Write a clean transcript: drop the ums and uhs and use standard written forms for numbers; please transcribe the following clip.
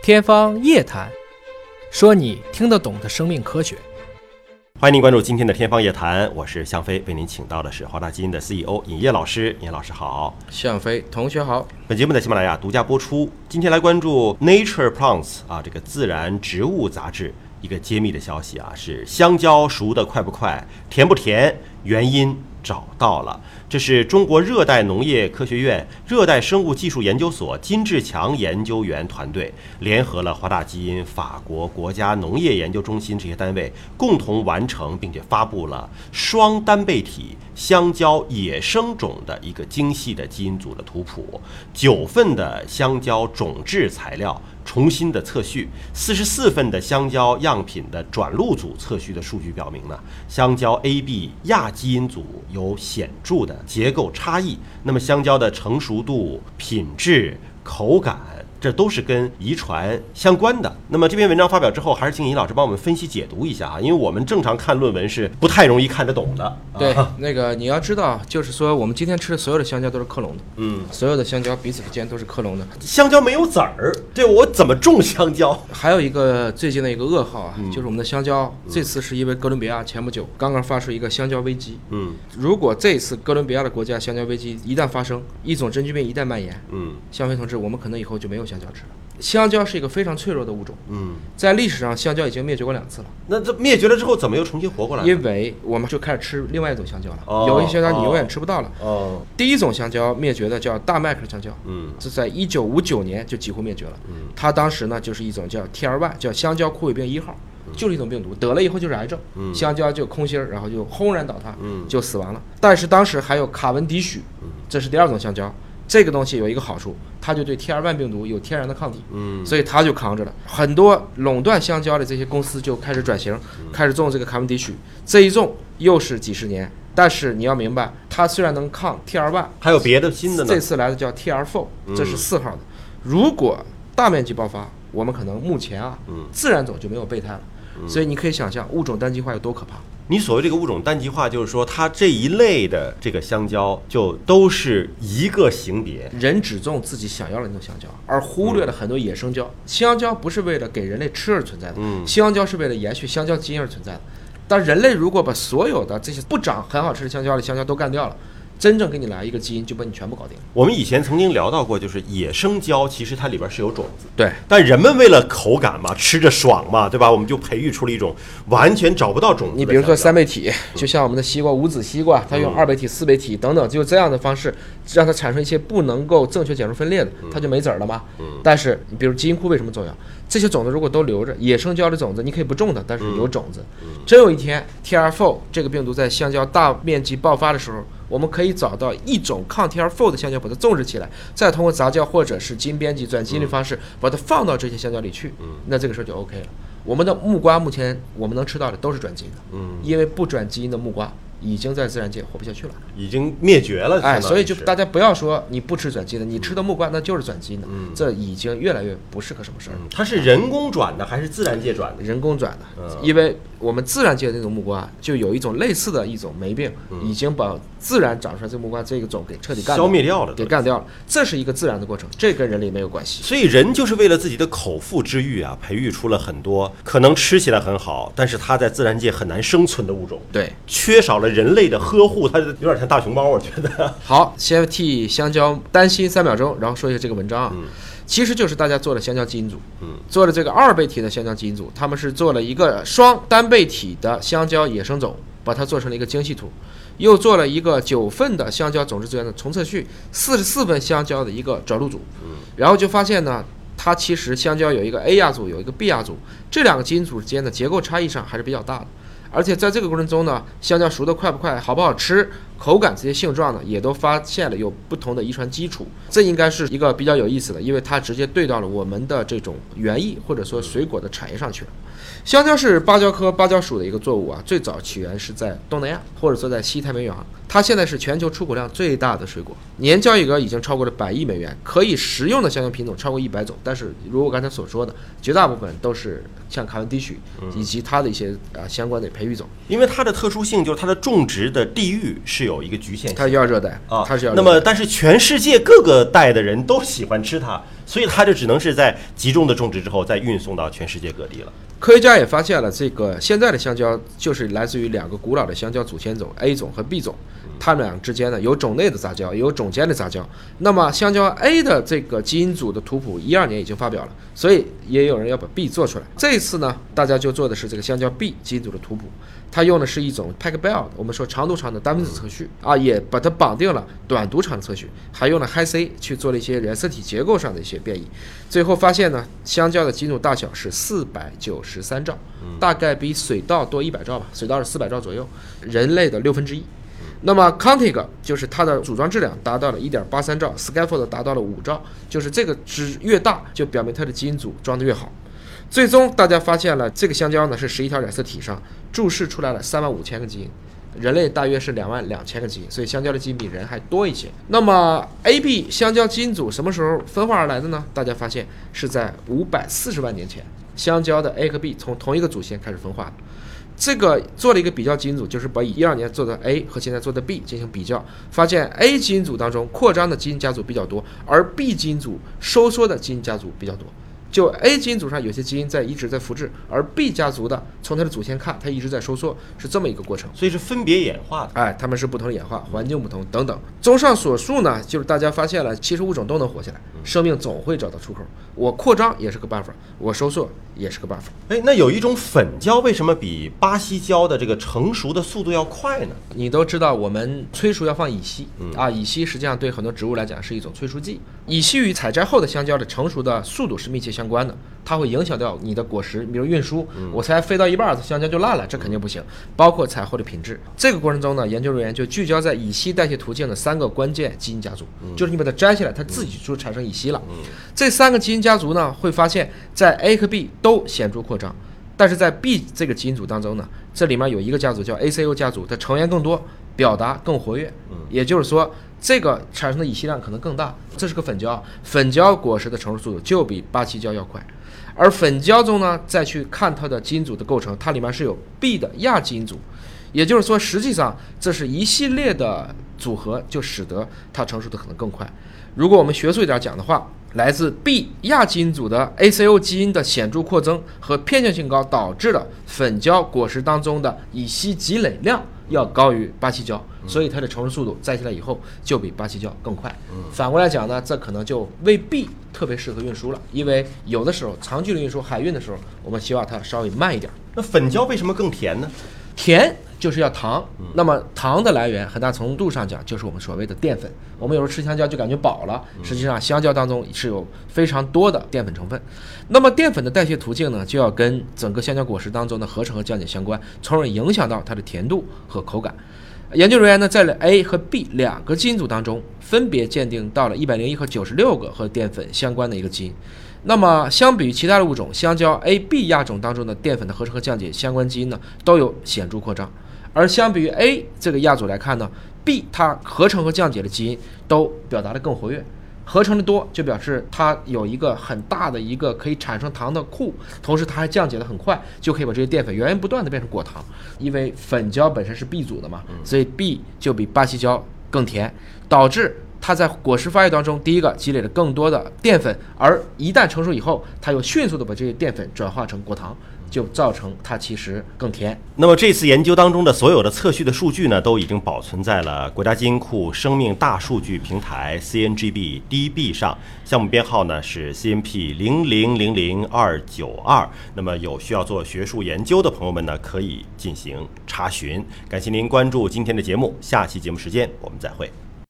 天方夜谭，说你听得懂的生命科学。 欢迎您关注今天的天方夜谭，我是向飞，为您请到的是华大基因的 CEO 尹烨老师。尹老师好。 向飞同学好。 本节目在喜马拉雅独家播出。今天来关注 Nature Plants 这个自然植物杂志一个揭秘的消息是香蕉熟得快不快，甜不甜，原因找到了。这是中国热带农业科学院热带生物技术研究所金志强研究员团队联合了华大基因、法国国家农业研究中心这些单位共同完成并且发布了双单倍体香蕉野生种的一个精细的基因组的图谱，9份的香蕉种质材料重新的测序，44份的香蕉样品的转录组测序的数据表明呢，香蕉 AB 亚基因组有显著的结构差异。那么香蕉的成熟度、品质、口感，这都是跟遗传相关的。那么这篇文章发表之后，还是请尹老师帮我们分析解读一下因为我们正常看论文是不太容易看得懂的。 对，那个你要知道，就是说我们今天吃的所有的香蕉都是克隆的，所有的香蕉彼此之间都是克隆的。 香蕉没有籽儿，对，我怎么种香蕉？ 还有一个最近的一个噩耗就是我们的香蕉这次是因为哥伦比亚前不久刚刚发出一个香蕉危机。如果这次哥伦比亚的国家香蕉危机一旦发生，一种真菌病一旦蔓延，向飞同志，我们可能以后就没有香蕉吃了。香蕉是一个非常脆弱的物种，在历史上香蕉已经灭绝过2次了。 那这灭绝了之后怎么又重新活过来了？ 因为我们就开始吃另外一种香蕉了，有一些香蕉你永远吃不到了。第一种香蕉灭绝的叫大麦克香蕉，是在1959年就几乎灭绝了。它当时呢就是一种叫 TR1， 叫香蕉枯萎病1号，就是一种病毒，得了以后就是癌症，香蕉就空心儿，然后就轰然倒塌，就死亡了。但是当时还有卡文迪许，这是第2种香蕉。这个东西有一个好处，它就对 TR1 病毒有天然的抗体，所以它就扛着了。很多垄断香蕉的这些公司就开始转型，开始种这个卡文迪许，这一种又是几十年。但是你要明白，它虽然能抗 TR1， 还有别的新的呢。 这次来的叫 TR4， 这是4号的。如果大面积爆发，我们可能目前自然种就没有备胎了。所以你可以想象物种单极化有多可怕。 你所谓这个物种单极化，就是说它这一类的这个香蕉就都是一个型别， 人只种自己想要的那种香蕉，而忽略了很多野生蕉。香蕉不是为了给人类吃而存在的，香蕉是为了延续香蕉基因而存在的。但人类如果把所有的这些不长很好吃的香蕉都干掉了，真正给你来一个基因就把你全部搞定了。 我们以前曾经聊到过，就是野生蕉其实它里边是有种子， 对， 但人们为了口感嘛，吃着爽嘛，对吧？我们就培育出了一种完全找不到种子的。 你比如说3倍体，就像我们的西瓜无籽西瓜，它用2倍体、4倍体等等，就这样的方式让它产生一些不能够正确减数分裂的，它就没籽了嘛。但是你比如基因库为什么重要？这些种子如果都留着，野生蕉的种子你可以不种它，但是有种子。真有一天 TR4 这个病毒在香蕉大面积爆发的时候，我们可以找到一种抗 TR4 的香蕉，把它种植起来，再通过杂交或者是基因编辑转基因的方式把它放到这些香蕉里去，那这个事儿就 OK 了。我们的木瓜目前我们能吃到的都是转基因的，因为不转基因的木瓜已经在自然界活不下去了， 已经灭绝了。 所以就大家不要说你不吃转基因的，你吃的木瓜那就是转基因的，这已经越来越不是个什么事儿。 它是人工转的还是自然界转的？ 人工转的，因为我们自然界的那种木瓜就有一种类似的一种霉病，已经把自然长出来这木瓜这个种给彻底消灭掉了， 给干掉了。这是一个自然的过程，这跟人类没有关系。 所以人就是为了自己的口腹之欲培育出了很多可能吃起来很好，但是它在自然界很难生存的物种。 对， 缺少了人类的呵护，它有点像大熊猫，我觉得。 好，先替香蕉担心3秒钟，然后说一下这个文章其实就是大家做了香蕉基因组，做了这个2倍体的香蕉基因组，他们是做了一个双单倍体的香蕉野生种，把它做成了一个精细图，又做了一个9份的香蕉种质资源的重测序，44份香蕉的一个转录组，然后就发现呢，它其实香蕉有一个 A 亚组，有一个 B 亚组，这2个基因组之间的结构差异上还是比较大的。而且在这个过程中呢，香蕉熟得快不快、好不好吃、口感这些性状呢，也都发现了有不同的遗传基础。这应该是一个比较有意思的，因为它直接对到了我们的这种园艺或者说水果的产业上去了。香蕉是芭蕉科芭蕉属的一个作物最早起源是在东南亚，或者说在西太平洋。它现在是全球出口量最大的水果，年交易额已经超过了100亿美元，可以食用的香蕉品种超过100种。但是如我刚才所说的，绝大部分都是像卡文迪许以及它的一些相关的培育种。 因为它的特殊性就是它的种植的地域是有一个局限性， 它要热带啊， 它是要热带。 那么，但是全世界各个带的人都喜欢吃它，所以它就只能是在集中的种植之后，再运送到全世界各地了。 科学家也发现了，这个现在的香蕉就是来自于2个古老的香蕉祖先种 A 种和 B 种，它们俩之间呢有种内的杂交，也有种间的杂交。那么香蕉 A 的这个基因组的图谱12年已经发表了，所以也有人要把 B 做出来。这一次呢，大家就做的是这个香蕉 B 基因组的图谱，它用的是一种 Peg-Bell， 我们说长度长的单分子测序啊，也把它绑定了短读长的测序，还用了 Hi-C 去做了一些染色体结构上的一些变异。最后发现呢，香蕉的基因组大小是493兆，大概比水稻多100兆吧，水稻是400兆左右，人类的1/6。那么 Contig 就是它的组装质量达到了1.83兆 ，Scaffold 达到了5兆，就是这个值越大，就表明它的基因组装得越好。最终大家发现了，这个香蕉呢是11条染色体上注释出来了35000个基因，人类大约是22000个基因，所以香蕉的基因比人还多一些。那么 AB 香蕉基因组什么时候分化而来的呢？大家发现是在540万年前，香蕉的 A 和 B 从同一个祖先开始分化的。这个做了一个比较基因组，就是把12年做的 A 和现在做的 B 进行比较，发现 A 基因组当中扩张的基因家族比较多，而 B 基因组收缩的基因家族比较多。就 A 基因组上有些基因一直在复制，而 B 家族的从它的祖先看，它一直在收缩，是这么一个过程。 所以是分别演化的。 哎，它们是不同的演化，环境不同等等。综上所述呢，就是大家发现了，其实物种都能活下来，生命总会找到出口。我扩张也是个办法，我收缩也是个办法。 哎，那有一种粉蕉为什么比巴西蕉的这个成熟的速度要快呢？ 你都知道，我们催熟要放乙烯啊，乙烯实际上对很多植物来讲是一种催熟剂。乙烯与采摘后的香蕉的成熟的速度是密切相关的，它会影响到你的果实，比如运输，我才飞到一半，香蕉就烂了，这肯定不行。包括采后的品质。这个过程中呢，研究人员就聚焦在乙烯代谢途径的3个关键基因家族，就是你把它摘下来，它自己就产生乙烯了。这3个基因家族呢，会发现在 A 和 B 都显著扩张，但是在 B 这个基因组当中呢，这里面有一个家族叫 ACO 家族，它成员更多，表达更活跃，也就是说这个产生的乙烯量可能更大。这是个粉蕉，粉蕉果实的成熟速度就比巴西蕉要快。而粉蕉中呢，再去看它的基因组的构成，它里面是有 B 的亚基因组，也就是说实际上这是一系列的组合，就使得它成熟的可能更快。如果我们学术一点讲的话，来自 B 亚基因组的 ACO 基因的显著扩增和偏向性高，导致了粉蕉果实当中的乙烯积累量要高于巴西蕉，所以它的成熟速度摘下来以后就比巴西蕉更快。反过来讲呢，这可能就未必特别适合运输了，因为有的时候长距离运输海运的时候，我们希望它稍微慢一点。 那粉蕉为什么更甜呢？ 甜就是要糖，那么糖的来源很大程度上讲就是我们所谓的淀粉。我们有时候吃香蕉就感觉饱了，实际上香蕉当中是有非常多的淀粉成分。那么淀粉的代谢途径呢，就要跟整个香蕉果实当中的合成和降解相关，从而影响到它的甜度和口感。研究人员呢，在 A 和 B 2个基因组当中，分别鉴定到了101和96个和淀粉相关的一个基因。那么相比于其他的物种，香蕉 A、B 亚种当中的淀粉的合成和降解相关基因呢，都有显著扩张。而相比于 A 这个亚组来看呢， B 它合成和降解的基因都表达的更活跃，合成的多就表示它有一个很大的一个可以产生糖的库，同时它还降解的很快，就可以把这些淀粉源源不断的变成果糖。因为粉蕉本身是 B 组的嘛，所以 B 就比巴西蕉更甜，导致它在果实发育当中，第一个积累了更多的淀粉，而一旦成熟以后，它又迅速的把这些淀粉转化成果糖，就造成它其实更甜。 那么这次研究当中的所有的测序的数据呢，都已经保存在了国家基因库生命大数据平台 CNGB DB 上，项目编号呢是 CMP0000292。那么有需要做学术研究的朋友们呢，可以进行查询。感谢您关注今天的节目，下期节目时间我们再会。